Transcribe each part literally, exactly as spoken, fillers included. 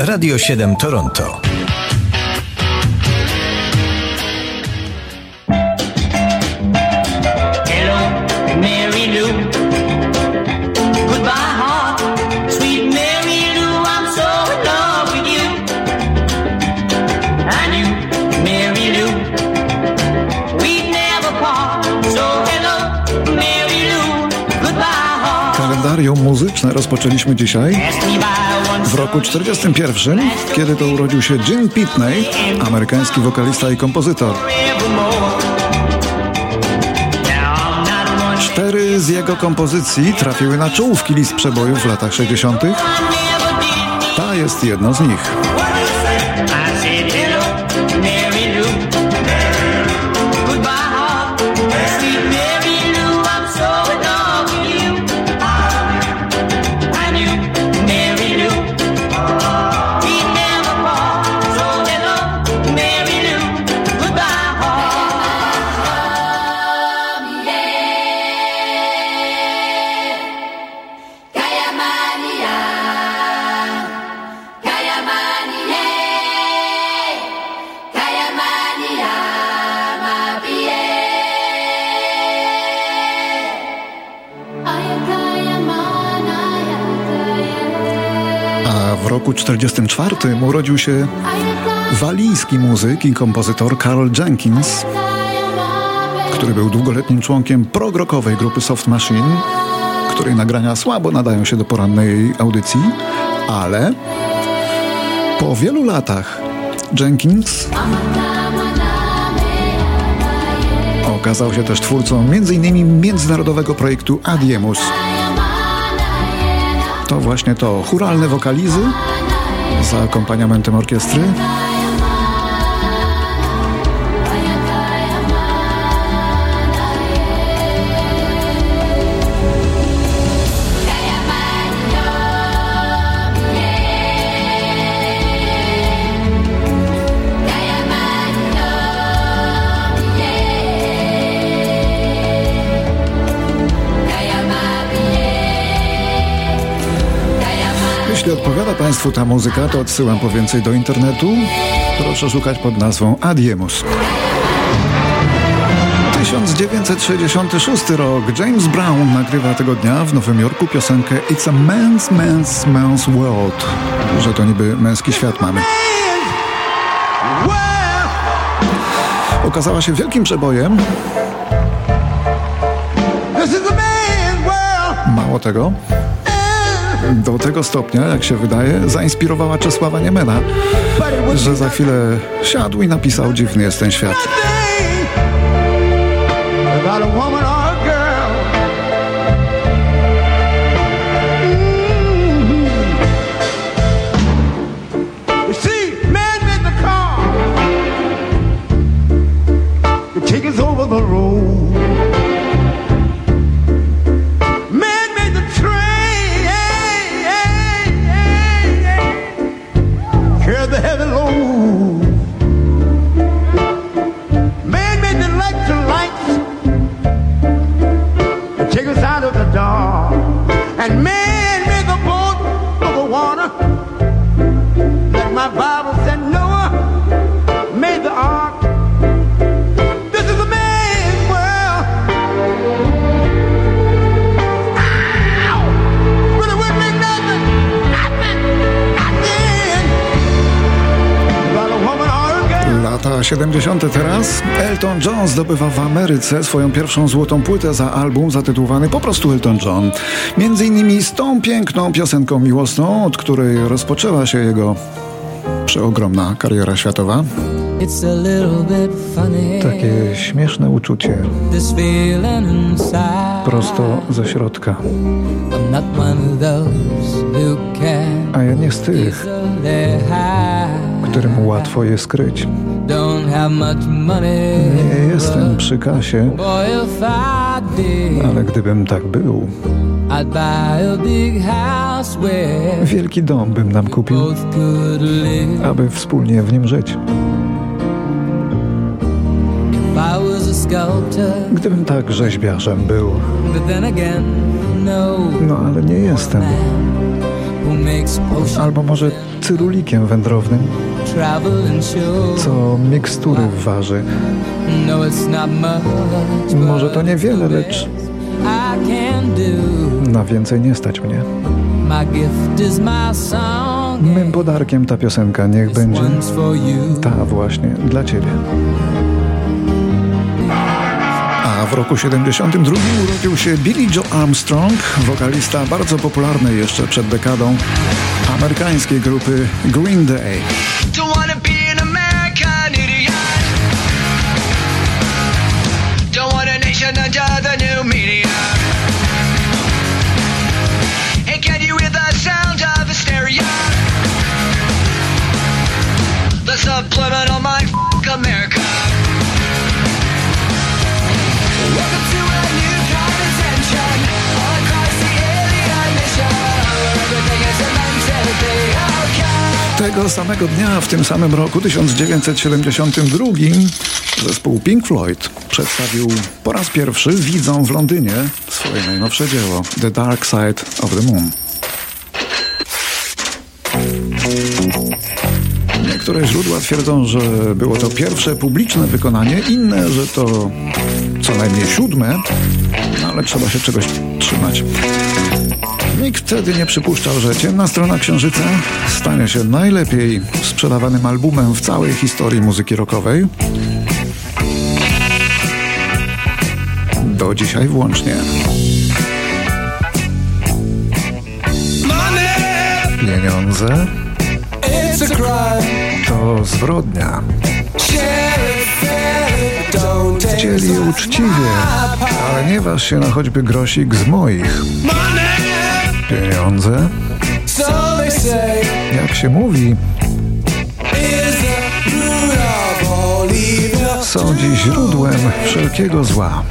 Radio siedem Toronto. Kalendarium muzyczne rozpoczęliśmy dzisiaj w roku czterdziestym pierwszym, kiedy to urodził się Gene Pitney, amerykański wokalista i kompozytor. Cztery z jego kompozycji trafiły na czołówki list przebojów w latach sześćdziesiątych. Ta jest jedną z nich. W roku czterdziestym czwartym urodził się walijski muzyk i kompozytor Carl Jenkins, który był długoletnim członkiem prog-rockowej grupy Soft Machine, której nagrania słabo nadają się do porannej audycji, ale po wielu latach Jenkins okazał się też twórcą między innymi międzynarodowego projektu Adiemus. To właśnie to chóralne wokalizy z akompaniamentem orkiestry. Jeśli odpowiada Państwu ta muzyka, to odsyłam po więcej do internetu. Proszę szukać pod nazwą Adiemus. tysiąc dziewięćset sześćdziesiąty szósty rok. James Brown nagrywa tego dnia w Nowym Jorku piosenkę It's a Man's, Man's, Man's World. Że to niby męski świat mamy. Okazała się wielkim przebojem. Mało tego. Do tego stopnia, jak się wydaje, zainspirowała Czesława Niemena, że za chwilę siadł i napisał Dziwny jest ten świat. Lata siedemdziesiąte teraz. Elton John zdobywa w Ameryce swoją pierwszą złotą płytę za album zatytułowany po prostu Elton John. Między innymi z tą piękną piosenką miłosną, od której rozpoczęła się jego przeogromna kariera światowa. Takie śmieszne uczucie prosto ze środka. A ja nie z tych, którym łatwo je skryć. Nie jestem przy kasie, ale gdybym tak był, wielki dom bym nam kupił, aby wspólnie w nim żyć. Gdybym tak rzeźbiarzem był, no ale nie jestem. Albo może cyrulikiem wędrownym, co mikstury waży. Może to niewiele, lecz na więcej nie stać mnie. Mym podarkiem ta piosenka niech będzie ta właśnie dla ciebie. A w roku siedemdziesiątym drugim urodził się Billie Joe Armstrong, wokalista bardzo popularnej jeszcze przed dekadą amerykańskiej grupy Green Day. Subliminal mind, f*** America. Welcome to a new kind of tension across the alien mission. Everything is meant to be okay. Tego samego dnia, w tym samym roku tysiąc dziewięćset siedemdziesiątym drugim, zespół Pink Floyd przedstawił po raz pierwszy widzom w Londynie swoje najnowsze dzieło The Dark Side of the Moon. Niektóre źródła twierdzą, że było to pierwsze publiczne wykonanie, inne, że to co najmniej siódme, no ale trzeba się czegoś trzymać. Nikt wtedy nie przypuszczał, że Ciemna strona księżyca stanie się najlepiej sprzedawanym albumem w całej historii muzyki rockowej. Do dzisiaj włącznie. Pieniądze to zbrodnia. Dzieli je uczciwie, ale nie waż się na choćby grosik z moich. Pieniądze, jak się mówi, są dziś źródłem wszelkiego zła.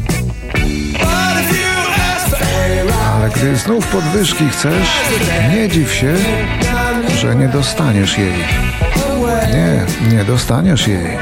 Ale gdy znów podwyżki chcesz, nie dziw się, że nie dostaniesz jej. Nie, nie dostaniesz jej.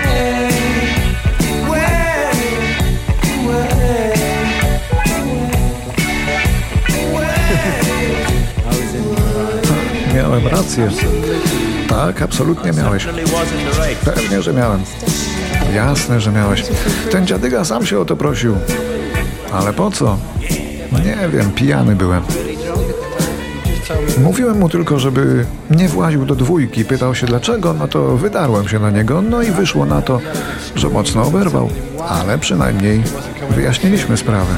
Miałem rację. Tak, absolutnie miałeś. Pewnie, że miałem. Jasne, że miałeś. Ten dziadyga sam się o to prosił. Ale po co? Nie wiem, pijany byłem. Mówiłem mu tylko, żeby nie właził do dwójki. Pytał się dlaczego, no to wydarłem się na niego. No i wyszło na to, że mocno oberwał. Ale przynajmniej wyjaśniliśmy sprawę.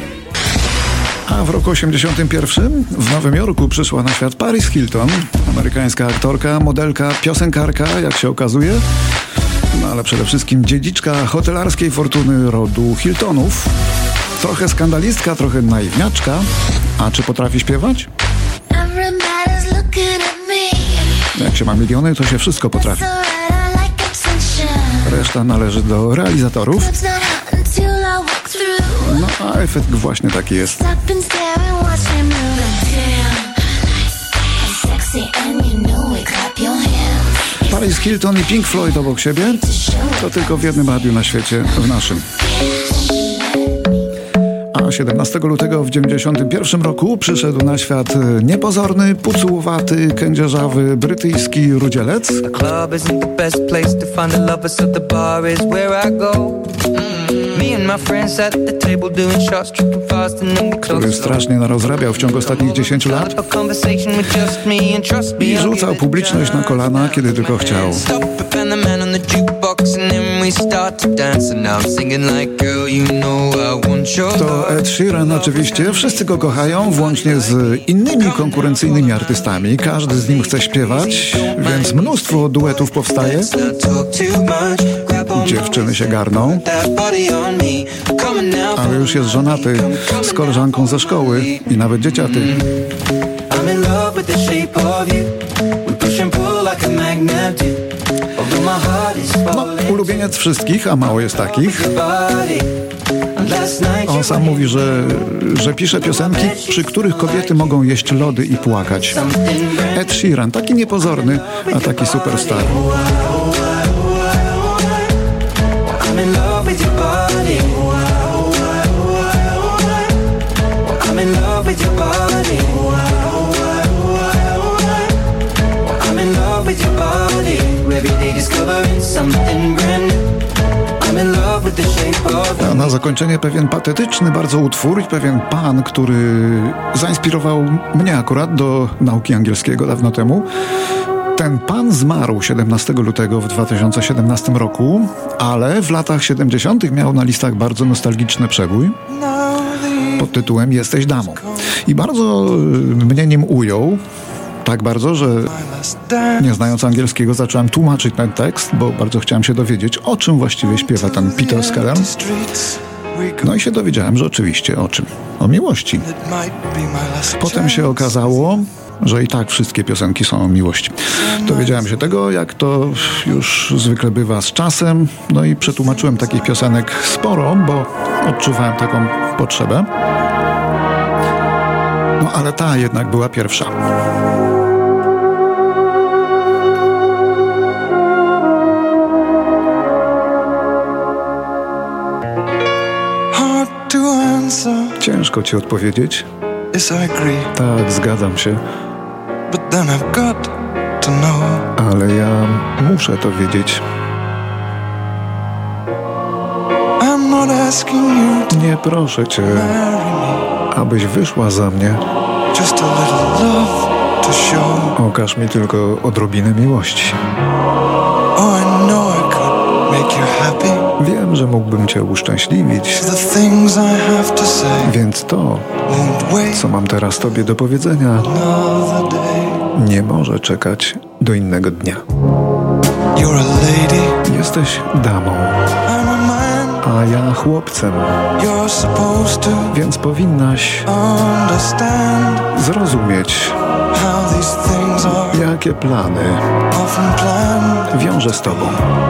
A w roku osiemdziesiątym pierwszym w Nowym Jorku przyszła na świat Paris Hilton, amerykańska aktorka, modelka, piosenkarka, jak się okazuje, no ale przede wszystkim dziedziczka hotelarskiej fortuny rodu Hiltonów. Trochę skandalistka, trochę naiwniaczka. A czy potrafi śpiewać? Jak się ma miliony, to się wszystko potrafi. Reszta należy do realizatorów. No a efekt właśnie taki jest. Paris Hilton i Pink Floyd obok siebie to tylko w jednym radiu na świecie, w naszym. A siedemnastego lutego w dziewięćdziesiątym pierwszym roku przyszedł na świat niepozorny, pucułowaty, kędzierzawy, brytyjski rudzielec, który strasznie narozrabiał w ciągu ostatnich dziesięciu lat i rzucał publiczność na kolana, kiedy tylko chciał. To Ed Sheeran oczywiście, wszyscy go kochają, włącznie z innymi konkurencyjnymi artystami. Każdy z nim chce śpiewać, więc mnóstwo duetów powstaje. Dziewczyny się garną, ale już jest żonaty z koleżanką ze szkoły i nawet dzieciaty. No, ulubieniec wszystkich, a mało jest takich. On sam mówi, że, że pisze piosenki, przy których kobiety mogą jeść lody i płakać. Ed Sheeran, taki niepozorny, a taki superstar. na zakończenie pewien patetyczny bardzo utwór i pewien pan, który zainspirował mnie akurat do nauki angielskiego dawno temu. Ten pan zmarł siedemnastego lutego w dwa tysiące siedemnastym roku, ale w latach siedemdziesiątych miał na listach bardzo nostalgiczny przebój pod tytułem Jesteś damą. I bardzo mnie nim ujął, tak bardzo, że nie znając angielskiego zacząłem tłumaczyć ten tekst, bo bardzo chciałem się dowiedzieć, o czym właściwie śpiewa ten Peter Skeller. No i się dowiedziałem, że oczywiście o czym? O miłości. Potem się okazało, że i tak wszystkie piosenki są o miłości. Dowiedziałem się tego, jak to już zwykle bywa z czasem, no i przetłumaczyłem takich piosenek sporo, bo odczuwałem taką potrzebę. No ale ta jednak była pierwsza. Ciężko ci odpowiedzieć. Tak, zgadzam się. Ale ja muszę to wiedzieć. Nie proszę cię, abyś wyszła za mnie. Okaż mi tylko odrobinę miłości. Wiem, że mógłbym cię uszczęśliwić, więc to, co mam teraz tobie do powiedzenia, nie może czekać do innego dnia. Jesteś damą, a ja chłopcem, więc powinnaś zrozumieć, jakie plany wiążę z tobą.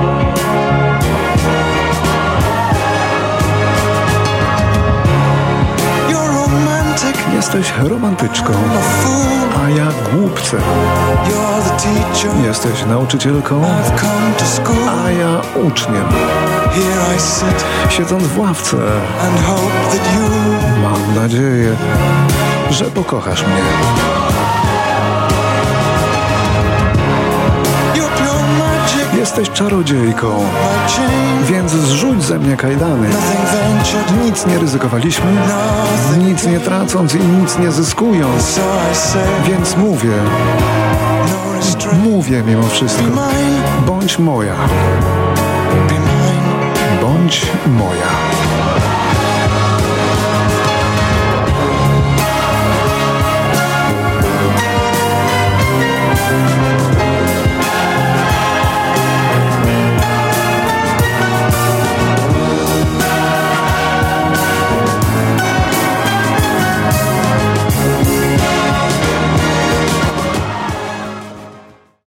Jesteś romantyczką, a ja głupcem. Jesteś nauczycielką, a ja uczniem. Siedząc w ławce, mam nadzieję, że pokochasz mnie. Jesteś czarodziejką, więc zrzuć ze mnie kajdany. Nic nie ryzykowaliśmy, nic nie tracąc i nic nie zyskując. Więc mówię, mówię mimo wszystko, bądź moja, bądź moja.